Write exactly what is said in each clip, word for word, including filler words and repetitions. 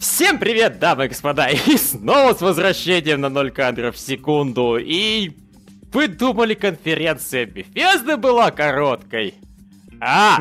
Всем привет, дамы и господа, и снова с возвращением на ноль кадров в секунду. И вы думали, конференция Bethesda была короткой? А!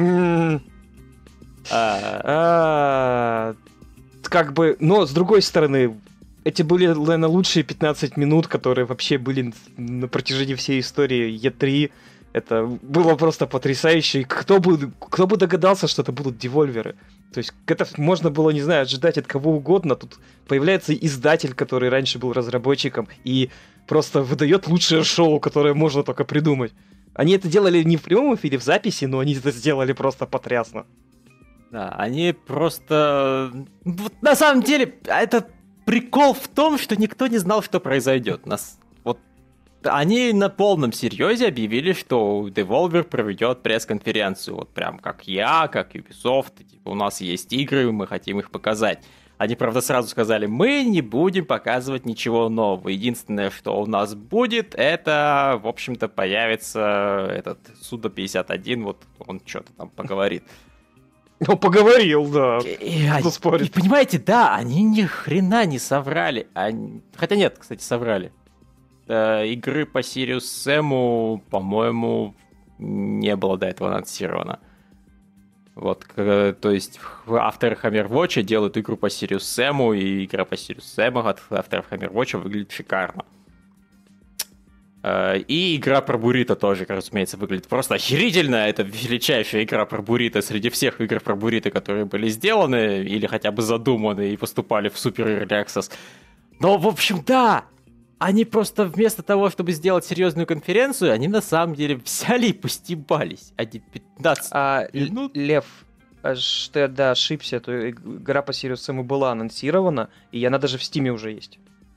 А, Как бы, но с другой стороны, эти были, наверное, лучшие пятнадцать минут, которые вообще были на протяжении всей истории и три. Это было просто потрясающе. И Кто бы, кто бы догадался, что это будут девольверы? То есть это можно было, не знаю, ожидать от кого угодно. Тут появляется издатель, который раньше был разработчиком, и просто выдает лучшее шоу, которое можно только придумать. Они это делали не в прямом эфире, в записи, но они это сделали просто потрясно. Да, они просто... Вот на самом деле, это прикол в том, что никто не знал, что произойдет. Нас... Вот они на полном серьезе объявили, что Devolver проведет пресс-конференцию. Вот прям как я, как Ubisoft. Типа, у нас есть игры, мы хотим их показать. Они, правда, сразу сказали, мы не будем показывать ничего нового. Единственное, что у нас будет, это, в общем-то, появится этот Суда пятьдесят один, вот он что-то там поговорит. Ну, поговорил, да. И, и, и понимаете, да, они ни хрена не соврали. Они... Хотя нет, кстати, соврали. Э, игры по Sirius Sam'у, по-моему, не было до этого анонсировано. Вот, к- то есть авторы Hammerwatch делают игру по Sirius Sam'у, и игра по Sirius Sam от авторов Hammerwatch выглядит шикарно. Э, И игра про Бурито тоже, разумеется, выглядит просто охерительно. Это величайшая игра про Бурито среди всех игр про Бурито, которые были сделаны или хотя бы задуманы и поступали в Super Early Access. Но, в общем, да, они просто вместо того, чтобы сделать серьезную конференцию, они на самом деле взяли и постебались. Они пятнадцать А, Л- минут... Лев, а что я, да, ошибся, то игра по Sirius Sam была анонсирована, и она даже в Стиме уже есть.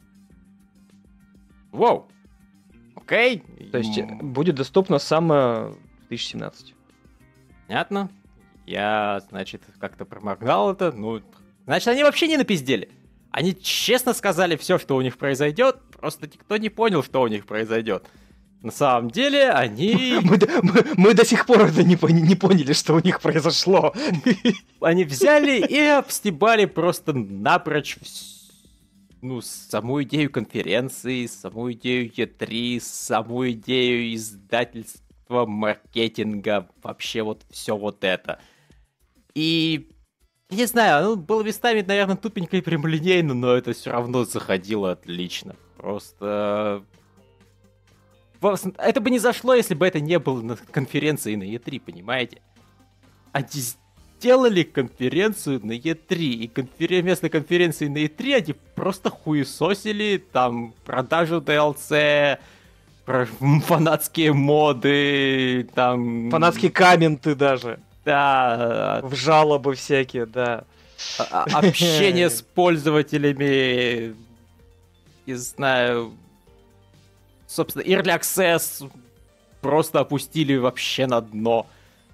Воу. Окей. То есть М, будет доступна сама в две тысячи семнадцать. Понятно. Я, значит, как-то проморгал это. Ну, значит, они вообще не напиздели. Они честно сказали все, что у них произойдет, просто никто не понял, что у них произойдет. На самом деле, они... Мы, до- мы- мы до сих пор это не, пони- не поняли, что у них произошло. Они взяли и обстебали просто напрочь вс- ну, саму идею конференции, саму идею и три, саму идею издательства, маркетинга, вообще вот все вот это. И я не знаю, ну, было местами, наверное, тупенько и прямолинейно, но это все равно заходило отлично. Просто... Вас- Это бы не зашло, если бы это не было на конференции на и три, понимаете? Они сделали конференцию на и три, и конферен... вместо конференции на и три они просто хуесосили там продажу ди эл си, про фанатские моды, там... Фанатские комменты даже. Да, В жалобы всякие, да. а- а- общение с пользователями, не знаю, собственно, Early Access просто опустили вообще на дно.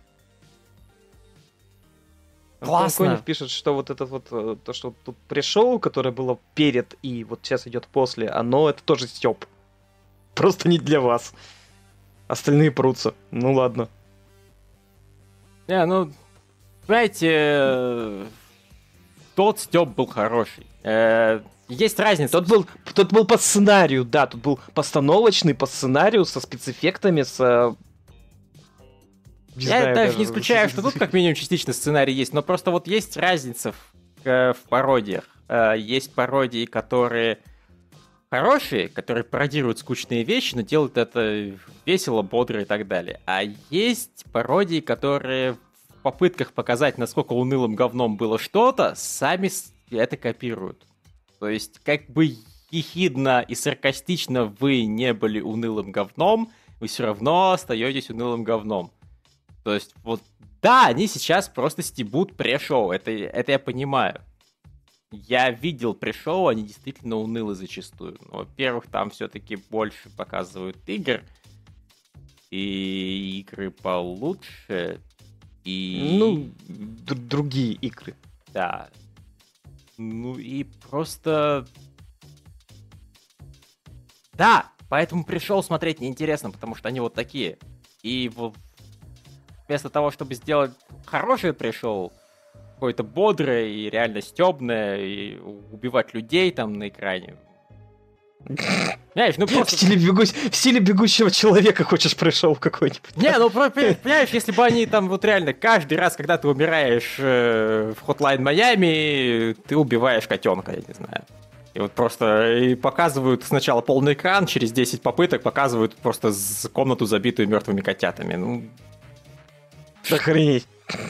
Классно. Конев пишет, что вот это вот, э, то, что тут пришел, которое было перед и вот сейчас идет после, оно это тоже стёб. Просто не для вас. Остальные прутся. Ну ладно. Не, ну, знаете, э, тот Стёб был хороший. Э, Есть разница. Тот был, тот был по сценарию, да, тут был постановочный по сценарию со спецэффектами, с... э, не Я знаю даже не с- исключаю, с- что тут как минимум частично сценарий есть, но просто вот есть разница в, э, в пародиях. Э, Есть пародии, которые хорошие, которые пародируют скучные вещи, но делают это весело, бодро и так далее. А есть пародии, которые в попытках показать, насколько унылым говном было что-то, сами с- это копируют. То есть, как бы ехидно и саркастично вы не были унылым говном, вы все равно остаетесь унылым говном. То есть, вот, да, они сейчас просто стебут пре-шоу, это, это я понимаю. Я видел пришел, они действительно унылы зачастую. Ну, во-первых, там все-таки больше показывают игр. И игры получше. И... Ну, д- другие игры. Да. Ну и просто... Да, поэтому пришел смотреть неинтересно, потому что они вот такие. И вот вместо того, чтобы сделать хорошее пришел, какое-то бодрое и реально стебное, и убивать людей там на экране. Понимаешь, ну просто... В стиле, бегу... в стиле бегущего человека хочешь пришел какой-нибудь. Не, ну понимаешь, если бы они там вот реально каждый раз, когда ты умираешь э, в Hotline Miami, ты убиваешь котенка, я не знаю. И вот просто и показывают сначала полный экран, через десять попыток показывают просто комнату, забитую мертвыми котятами. Ну... Охренеть.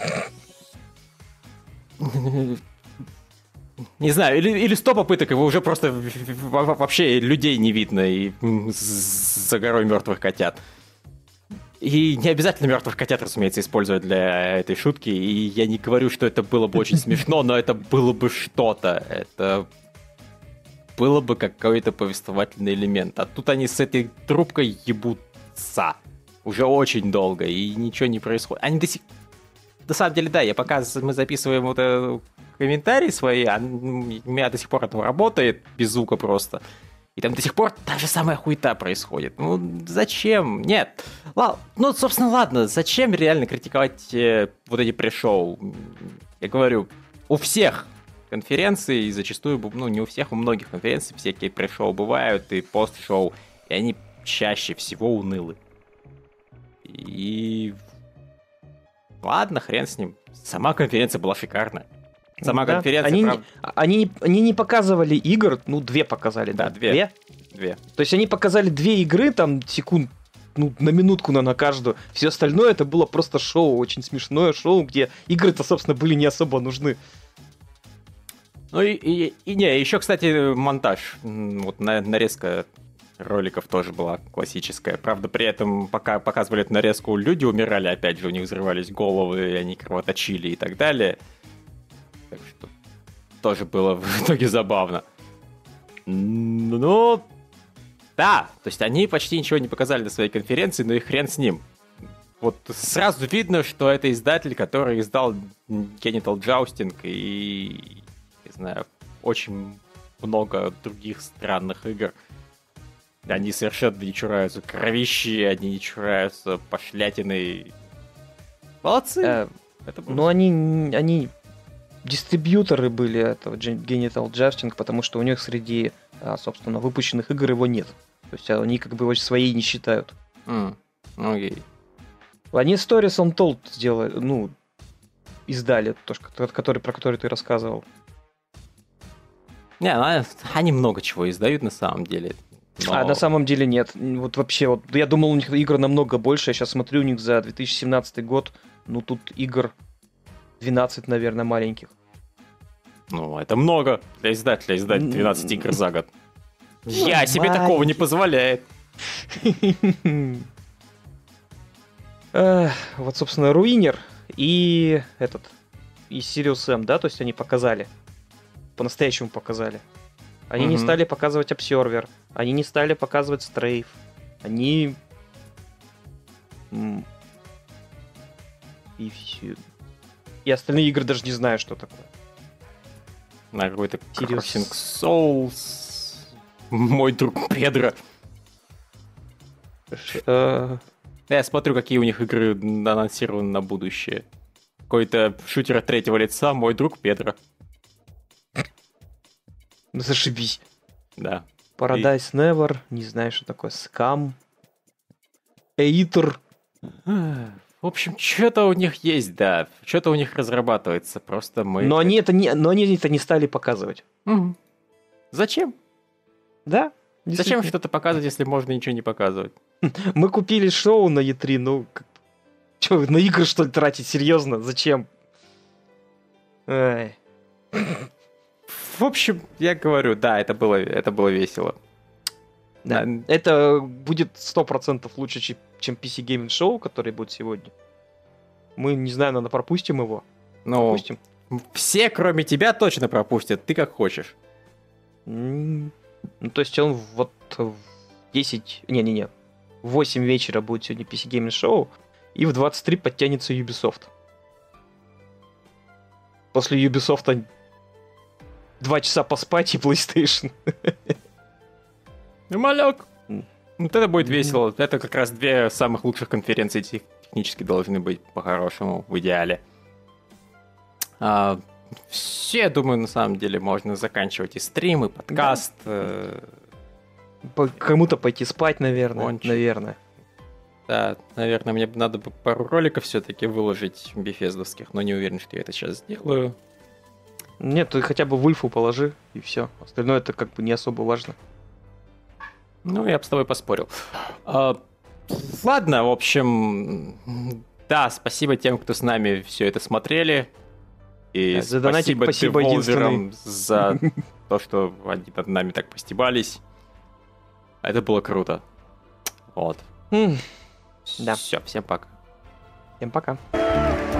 Не знаю, или, или сто попыток, и вы уже просто вообще людей не видно и за горой мертвых котят. И не обязательно мертвых котят, разумеется, использовать для этой шутки. И я не говорю, что это было бы очень смешно, но это было бы что-то. Это было бы какой-то повествовательный элемент. А тут они с этой трубкой ебутся уже очень долго, и ничего не происходит. Они до сих... На самом деле, да, я пока мы записываем вот это... комментарии свои, а у меня до сих пор это работает без звука просто. И там до сих пор та же самая хуета происходит. Ну, зачем? Нет. Ла... Ну, собственно, ладно, зачем реально критиковать э, вот эти пресс-шоу? Я говорю, у всех конференций, и зачастую, ну, не у всех, у многих конференций всякие пресс-шоу бывают, и пост-шоу, и они чаще всего унылы. И... Ладно, хрен с ним. Сама конференция была шикарная. Сама да. конференция, они, правда... они, они не показывали игр, ну, две показали, да? Да, две. Две? Две. То есть они показали две игры, там, секунд, ну, на минутку на, на каждую. Все остальное это было просто шоу, очень смешное шоу, где игры-то, собственно, были не особо нужны. Ну и, и, и не, еще, кстати, монтаж. Вот нарезка роликов тоже была классическая. Правда, при этом, пока показывали эту нарезку, люди умирали, опять же, у них взрывались головы, они кровоточили и так далее. Так что тоже было в итоге забавно. Ну, да, то есть они почти ничего не показали на своей конференции, но и хрен с ним. Вот сразу видно, что это издатель, который издал Genital Jousting и, не знаю, очень много других странных игр. Они совершенно не чураются кровищи, они не чураются пошлятиной. Молодцы! Э, это было... Ну, они, они дистрибьюторы были этого Genital Jousting, потому что у них среди, собственно, выпущенных игр его нет. То есть они как бы его своей не считают. Mm. Okay. Они Stories Untold сделали, ну, издали, то, который, про который ты рассказывал. Не, ну, они много чего издают на самом деле. Но... А на самом деле нет. Вот вообще, вот я думал, у них игр намного больше. Я сейчас смотрю у них за две тысячи семнадцатый год. Ну, тут игр двенадцать, наверное, маленьких. Ну, это много для издателя издать двенадцать игр за год. Я себе маленьких. Такого не позволяет. Вот, собственно, Руинер и этот, и Sirius Sam, да, то есть они показали. По-настоящему показали. Они не стали показывать Observer. Они не стали показывать Strafe. Они... И все. И остальные игры даже не знаю, что такое. На какой-то Crossing Souls. Мой друг Педро. Я смотрю, какие у них игры анонсированы на будущее. Какой-то шутер от третьего лица, мой друг Педро. Ну зашибись. Да. Paradise И... Never, не знаю, что такое Scam. Эйтер. В общем, что-то у них есть, да. Что-то у них разрабатывается. Просто мы... Но они это не, но они это не стали показывать. Угу. Зачем? Да. Зачем что-то показывать, если можно ничего не показывать? Мы купили шоу на и три, ну... Что, на игры, что ли, тратить? Серьезно? Зачем? Ай. В общем, я говорю, да, это было, это было весело. Да. Да. Это будет сто процентов лучше, чем пи си Gaming Show, который будет сегодня. Мы, не знаю, наверное, пропустим его. Ну, пропустим. Все, кроме тебя, точно пропустят. Ты как хочешь. Mm. Ну, то есть он вот в десять... Не-не-не. В восемь вечера будет сегодня пи си Gaming Show, и в двадцать три подтянется Ubisoft. После Ubisoft два часа поспать и PlayStation. Ну, малек. Mm. Вот это будет mm-hmm. весело. Это как раз две самых лучших конференции технически должны быть по-хорошему, в идеале. А, все, я думаю, на самом деле можно заканчивать и стрим, и подкаст. Да. Э... По- кому-то пойти спать, наверное. Кончить. Наверное. Да, наверное, мне бы надо бы пару роликов все-таки выложить бефездовских, но не уверен, что я это сейчас сделаю. Нет, ты хотя бы Вульфу положи, и все. Остальное это как бы не особо важно. Ну, я бы с тобой поспорил. А, ладно, в общем, да, спасибо тем, кто с нами все это смотрели. И Да, за донатик спасибо спасибо Devolver'ам за то, что они над нами так постебались. Это было круто. Вот. М, Да. Все, всем пока. Всем пока.